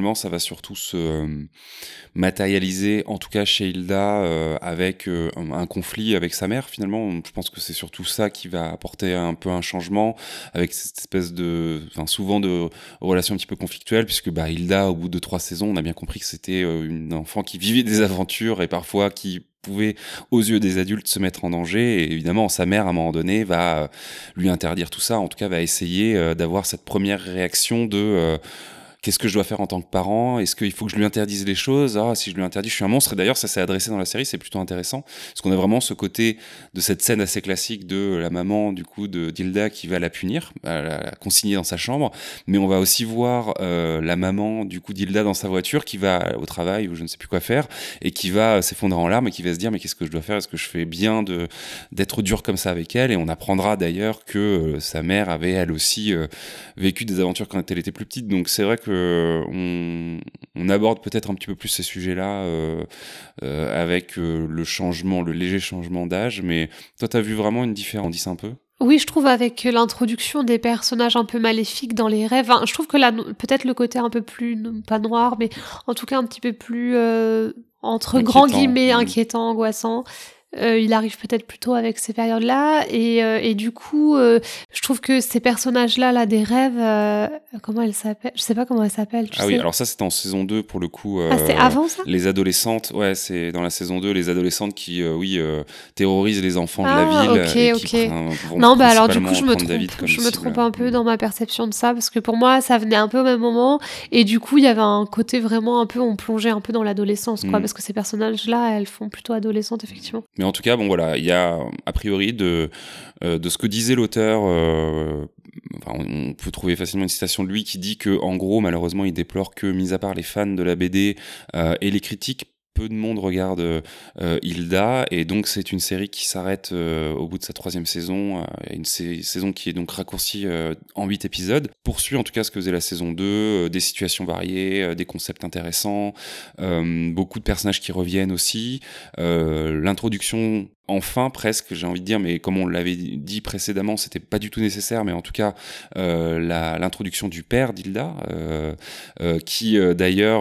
matérialiser, en tout cas chez Hilda, avec un conflit avec sa mère, finalement. Je pense que c'est surtout ça qui va apporter un peu un changement, avec cette espèce souvent de relation un petit peu conflictuelle, puisque Hilda, au bout de 3 saisons, on a bien compris que c'était une enfant qui vivait des aventures et parfois qui pouvait, aux yeux des adultes, se mettre en danger. Et évidemment, sa mère, à un moment donné, va lui interdire tout ça. En tout cas, va essayer d'avoir cette première réaction de qu'est-ce que je dois faire en tant que parent ? Est-ce qu'il faut que je lui interdise les choses ? Si je lui interdis, je suis un monstre. Et d'ailleurs, ça s'est adressé dans la série, c'est plutôt intéressant. Parce qu'on a vraiment ce côté de cette scène assez classique de la maman, du coup, d'Hilda qui va la punir, la consigner dans sa chambre. Mais on va aussi voir la maman, du coup, d'Hilda dans sa voiture qui va au travail ou je ne sais plus quoi faire et qui va s'effondrer en larmes et qui va se dire mais qu'est-ce que je dois faire ? Est-ce que je fais bien d'être dur comme ça avec elle ? Et on apprendra d'ailleurs que sa mère avait elle aussi vécu des aventures quand elle était plus petite. Donc c'est vrai que on aborde peut-être un petit peu plus ces sujets-là avec le léger changement d'âge, mais toi t'as vu vraiment une différence, dis un peu ? Oui, je trouve avec l'introduction des personnages un peu maléfiques dans les rêves, je trouve que là, peut-être le côté un peu plus, pas noir, mais en tout cas un petit peu plus, entre inquiétant, grands guillemets, inquiétant, angoissant. Il arrive peut-être plutôt avec ces périodes-là et du coup je trouve que ces personnages-là là des rêves comment elles s'appellent ? Je sais pas comment elles s'appellent, tu sais. Oui, alors ça c'était en saison 2 pour le coup. C'est avant ça ? Les adolescentes, ouais, c'est dans la saison 2, les adolescentes qui terrorisent les enfants de la ville. Ok. Non, alors du coup je me trompe un peu dans ma perception de ça parce que pour moi ça venait un peu au même moment et du coup il y avait un côté vraiment un peu, on plongeait un peu dans l'adolescence quoi, parce que ces personnages-là elles font plutôt adolescentes effectivement. Mais en tout cas, il y a a priori de ce que disait l'auteur. On peut trouver facilement une citation de lui qui dit que, en gros, malheureusement, il déplore que, mis à part les fans de la BD et les critiques, peu de monde regarde Hilda, et donc c'est une série qui s'arrête au bout de sa 3e saison, une saison qui est donc raccourcie en 8 épisodes, poursuit en tout cas ce que faisait la saison 2, des situations variées, des concepts intéressants, beaucoup de personnages qui reviennent aussi, l'introduction enfin presque, j'ai envie de dire, mais comme on l'avait dit précédemment, c'était pas du tout nécessaire, mais en tout cas l'introduction du père d'Hilda, qui d'ailleurs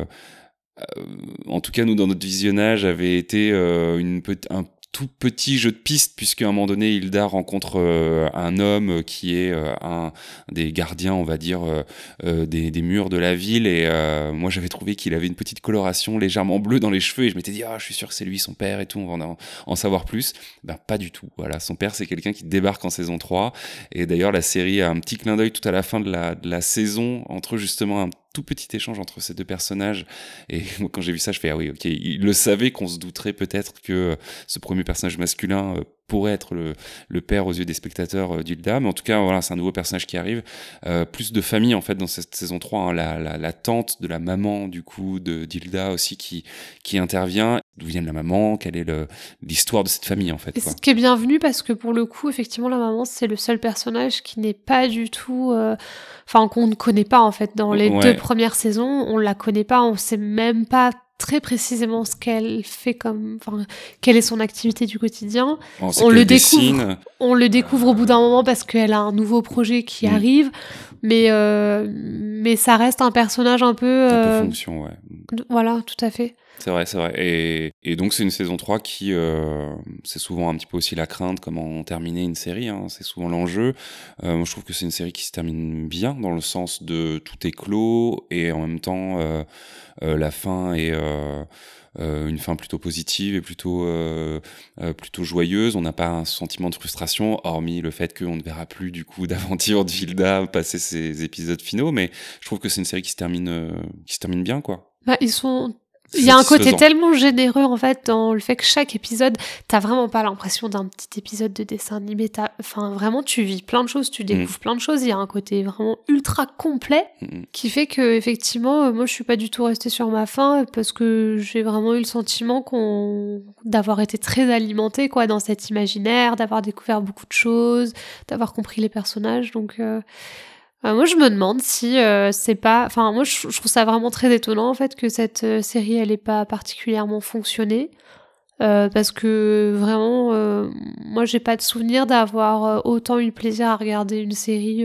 en tout cas nous dans notre visionnage avait été un tout petit jeu de piste, puisqu'à un moment donné Hilda rencontre un homme qui est un des gardiens, on va dire, des murs de la ville, et moi j'avais trouvé qu'il avait une petite coloration légèrement bleue dans les cheveux, et je m'étais dit je suis sûr que c'est lui son père et tout, on va en savoir plus. Ben pas du tout, voilà, son père c'est quelqu'un qui débarque en saison 3, et d'ailleurs la série a un petit clin d'œil tout à la fin de la saison entre justement un tout petit échange entre ces deux personnages, et moi, quand j'ai vu ça je fais oui, ok, il le savait qu'on se douterait peut-être que ce premier personnage masculin pourrait être le père aux yeux des spectateurs d'Hilda, mais en tout cas voilà, c'est un nouveau personnage qui arrive, plus de famille en fait dans cette saison 3, hein, la tante de la maman du coup d'Hilda aussi qui intervient, d'où vient la maman, quelle est l'histoire de cette famille en fait, quoi. Ce qui est bienvenu, parce que pour le coup effectivement la maman c'est le seul personnage qui n'est pas du tout qu'on ne connaît pas en fait dans les 2 premières saisons, on la connaît pas, on sait même pas très précisément ce qu'elle fait quelle est son activité du quotidien. On le découvre au bout d'un moment parce qu'elle a un nouveau projet qui arrive, mais ça reste un personnage un peu fonction, ouais. Voilà, tout à fait. C'est vrai. Et donc c'est une saison 3 qui, c'est souvent un petit peu aussi la crainte, comment terminer une série, hein, c'est souvent l'enjeu. Moi je trouve que c'est une série qui se termine bien, dans le sens de tout est clos, et en même temps la fin est une fin plutôt positive et plutôt joyeuse. On n'a pas un sentiment de frustration, hormis le fait qu'on ne verra plus du coup d'aventure d'Hilda passer ses épisodes finaux, mais je trouve que c'est une série qui se termine bien, quoi. Il y a un côté tellement généreux en fait dans le fait que chaque épisode, t'as vraiment pas l'impression d'un petit épisode de dessin animé. Vraiment, tu vis plein de choses, tu découvres plein de choses. Il y a un côté vraiment ultra complet qui fait que effectivement, moi je suis pas du tout restée sur ma faim, parce que j'ai vraiment eu le sentiment d'avoir été très alimentée quoi dans cet imaginaire, d'avoir découvert beaucoup de choses, d'avoir compris les personnages. Donc moi, je me demande si c'est pas... Enfin, moi, je trouve ça vraiment très étonnant, en fait, que cette série, elle ait pas particulièrement fonctionné. Parce que, vraiment, moi, j'ai pas de souvenir d'avoir autant eu plaisir à regarder une série.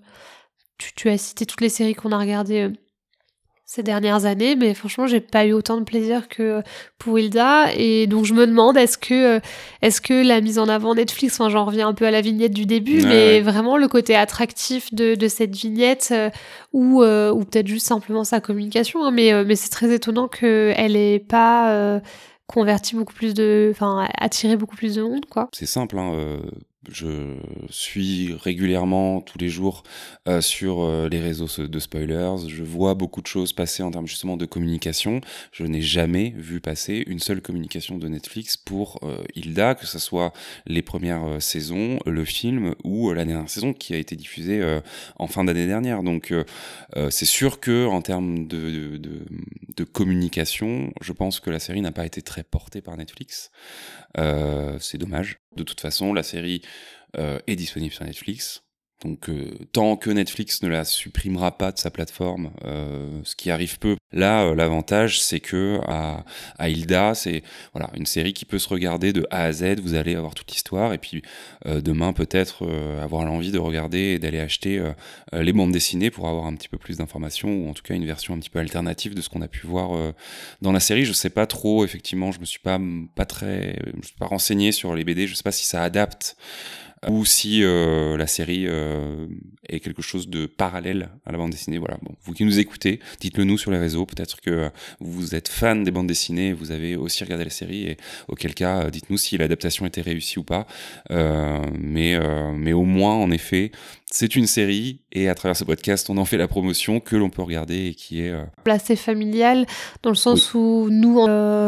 Tu as cité toutes les séries qu'on a regardées ces dernières années, mais franchement, j'ai pas eu autant de plaisir que pour Hilda, et donc je me demande est-ce que la mise en avant Netflix, j'en reviens un peu à la vignette du début, mais vraiment le côté attractif de cette vignette, ou peut-être juste simplement sa communication, hein, mais c'est très étonnant qu'elle ait pas attiré beaucoup plus de monde, quoi. C'est simple, hein, je suis régulièrement, tous les jours, sur les réseaux de spoilers. Je vois beaucoup de choses passer en termes justement de communication. Je n'ai jamais vu passer une seule communication de Netflix pour Hilda, que ce soit les premières saisons, le film ou la dernière saison qui a été diffusée en fin d'année dernière. Donc c'est sûr que en termes de communication, je pense que la série n'a pas été très portée par Netflix. C'est dommage. De toute façon, la série est disponible sur Netflix. Donc, tant que Netflix ne la supprimera pas de sa plateforme, ce qui arrive peu, là, l'avantage, c'est que à Hilda, c'est une série qui peut se regarder de A à Z. Vous allez avoir toute l'histoire, et puis demain, peut-être avoir l'envie de regarder et d'aller acheter les bandes dessinées pour avoir un petit peu plus d'informations, ou en tout cas une version un petit peu alternative de ce qu'on a pu voir dans la série. Je sais pas trop, effectivement, je me suis pas renseigné sur les BD. Je sais pas si ça adapte ou si la série est quelque chose de parallèle à la bande dessinée. Voilà. Bon, vous qui nous écoutez, dites-le nous sur les réseaux. Peut-être que vous êtes fan des bandes dessinées, vous avez aussi regardé la série, et auquel cas, dites-nous si l'adaptation était réussie ou pas. Mais au moins, en effet, c'est une série, et à travers ce podcast, on en fait la promotion, que l'on peut regarder et qui est... assez familiale, dans le sens où nous...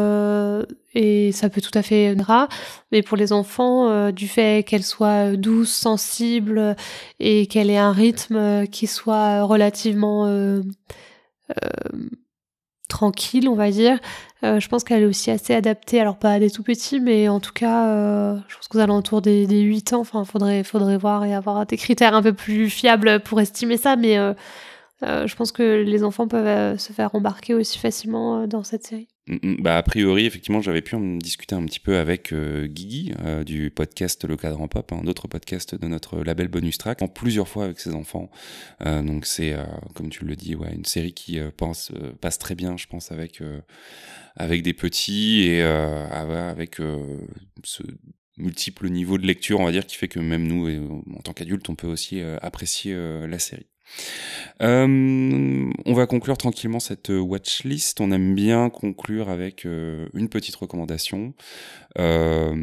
et ça peut tout à fait être rare, mais pour les enfants, du fait qu'elle soit douce, sensible, et qu'elle ait un rythme qui soit relativement tranquille, on va dire. Je pense qu'elle est aussi assez adaptée, alors pas à des tout petits, mais en tout cas, je pense qu'aux alentours des 8 ans, enfin, faudrait voir et avoir des critères un peu plus fiables pour estimer ça, mais je pense que les enfants peuvent se faire embarquer aussi facilement dans cette série. Bah, a priori, effectivement, j'avais pu en discuter un petit peu avec Guigui du podcast Le Cadran Pop, un autre podcast de notre label Bonus Track, plusieurs fois avec ses enfants. Donc c'est, comme tu le dis, une série qui passe très bien, je pense, avec des petits et avec ce multiple niveau de lecture, on va dire, qui fait que même nous, en tant qu'adultes, on peut aussi apprécier la série. On va conclure tranquillement cette watchlist. On aime bien conclure avec une petite recommandation. Là,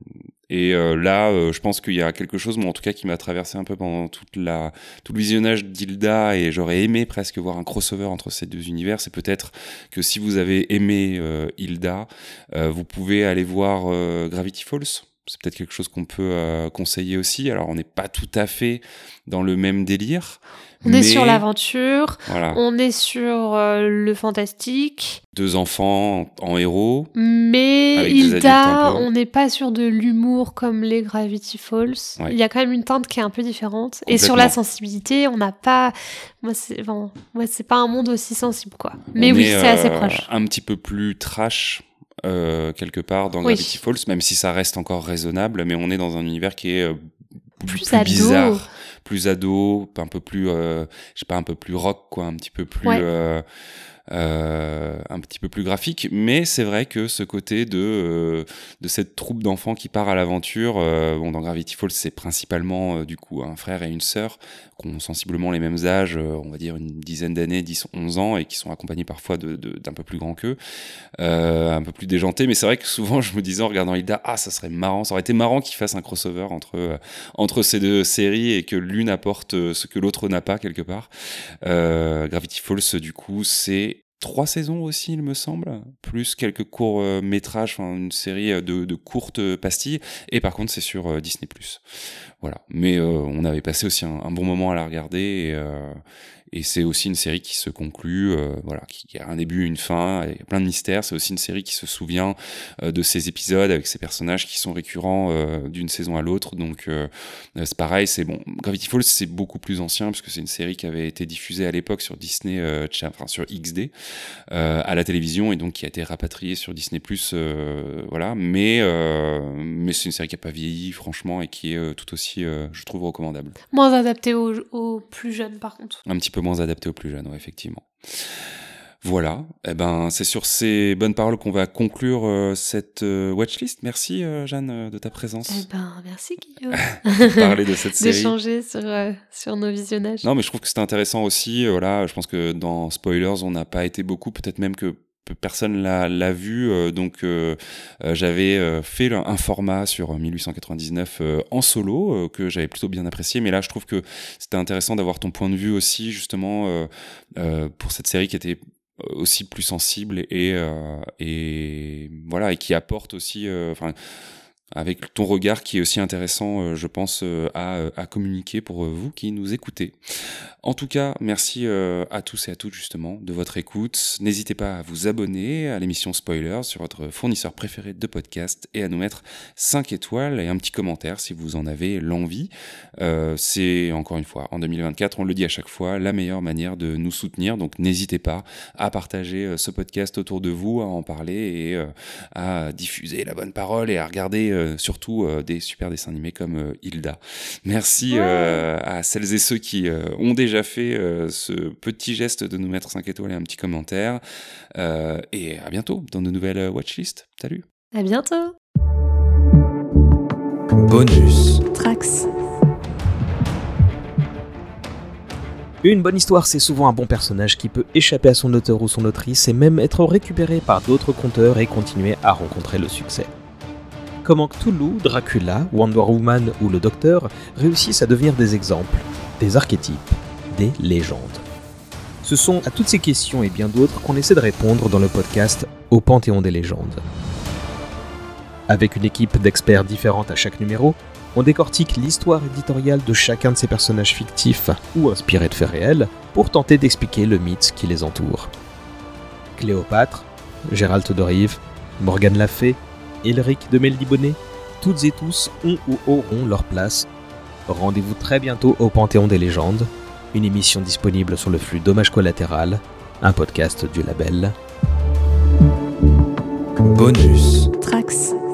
je pense qu'il y a quelque chose, moi en tout cas, qui m'a traversé un peu pendant tout le visionnage d'Hilda, et j'aurais aimé presque voir un crossover entre ces deux univers. C'est peut-être que si vous avez aimé Hilda, vous pouvez aller voir Gravity Falls. C'est peut-être quelque chose qu'on peut conseiller aussi. Alors, on n'est pas tout à fait dans le même délire. On est sur l'aventure, voilà. On est sur le fantastique. 2 enfants en héros. Mais Hilda, on n'est pas sur de l'humour comme les Gravity Falls. Ouais. Il y a quand même une teinte qui est un peu différente. Et sur la sensibilité, on n'a pas... Moi, c'est pas un monde aussi sensible, quoi. Mais oui, c'est assez proche. Un petit peu plus trash... quelque part dans Gravity Falls, même si ça reste encore raisonnable, mais on est dans un univers qui est plus bizarre, plus ado, un peu plus un peu plus rock, quoi, un petit peu plus graphique. Mais c'est vrai que ce côté de cette troupe d'enfants qui part à l'aventure, dans Gravity Falls, c'est principalement du coup un frère et une sœur qui ont sensiblement les mêmes âges, on va dire une dizaine d'années, 10-11 ans, et qui sont accompagnés parfois d'un peu plus grands qu'eux, un peu plus déjantés. Mais c'est vrai que souvent je me disais en regardant Hilda, ça serait marrant, ça aurait été marrant qu'ils fassent un crossover entre ces deux séries et que l'une apporte ce que l'autre n'a pas quelque part. Gravity Falls, du coup, c'est 3 saisons aussi, il me semble, plus quelques courts métrages, une série de courtes pastilles, et par contre c'est sur Disney+. Voilà. Mais on avait passé aussi un bon moment à la regarder, et c'est aussi une série qui se conclut, qui a un début, une fin, et plein de mystères. C'est aussi une série qui se souvient de ses épisodes avec ses personnages qui sont récurrents d'une saison à l'autre. Donc c'est pareil, Gravity Falls, c'est beaucoup plus ancien puisque c'est une série qui avait été diffusée à l'époque sur Disney, sur XD à la télévision, et donc qui a été rapatriée sur Disney+. Mais c'est une série qui a pas vieilli franchement et qui est tout aussi, je trouve, recommandable. Moins adaptée aux plus jeunes par contre. Un petit peu moins adapté aux plus jeunes, effectivement. Voilà, c'est sur ces bonnes paroles qu'on va conclure cette watchlist. Merci Jeanne de ta présence. Merci Guillaume. Pour parler de cette série. D'échanger sur nos visionnages. Non, mais je trouve que c'était intéressant aussi. Je pense que dans Spoilers, on n'a pas été beaucoup, peut-être même que personne l'a vu, donc j'avais fait un format sur 1899 en solo que j'avais plutôt bien apprécié, mais là je trouve que c'était intéressant d'avoir ton point de vue aussi justement pour cette série qui était aussi plus sensible et qui apporte aussi avec ton regard qui est aussi intéressant, je pense, à communiquer pour vous qui nous écoutez. En tout cas, merci à tous et à toutes justement de votre écoute. N'hésitez pas à vous abonner à l'émission Spoilers sur votre fournisseur préféré de podcast et à nous mettre 5 étoiles et un petit commentaire si vous en avez l'envie. C'est encore une fois, en 2024, on le dit à chaque fois, la meilleure manière de nous soutenir. Donc n'hésitez pas à partager ce podcast autour de vous, à en parler et à diffuser la bonne parole et à regarder surtout des super dessins animés comme Hilda. Merci à celles et ceux qui ont déjà fait ce petit geste de nous mettre 5 étoiles et un petit commentaire. Et à bientôt dans de nouvelles watchlists. Salut. À bientôt. Bonus Trax. Une bonne histoire, c'est souvent un bon personnage qui peut échapper à son auteur ou son autrice et même être récupéré par d'autres conteurs et continuer à rencontrer le succès. Comment Cthulhu, Dracula, Wonder Woman ou le Docteur réussissent à devenir des exemples, des archétypes, des légendes. Ce sont à toutes ces questions et bien d'autres qu'on essaie de répondre dans le podcast Au Panthéon des légendes. Avec une équipe d'experts différente à chaque numéro, on décortique l'histoire éditoriale de chacun de ces personnages fictifs ou inspirés de faits réels pour tenter d'expliquer le mythe qui les entoure. Cléopâtre, Gérald de Rive, Morgane La Fay, Elric de Meldibonnet, toutes et tous ont ou auront leur place. Rendez-vous très bientôt au Panthéon des légendes, une émission disponible sur le flux Dommage Collatéral, un podcast du label Bonus. Trax.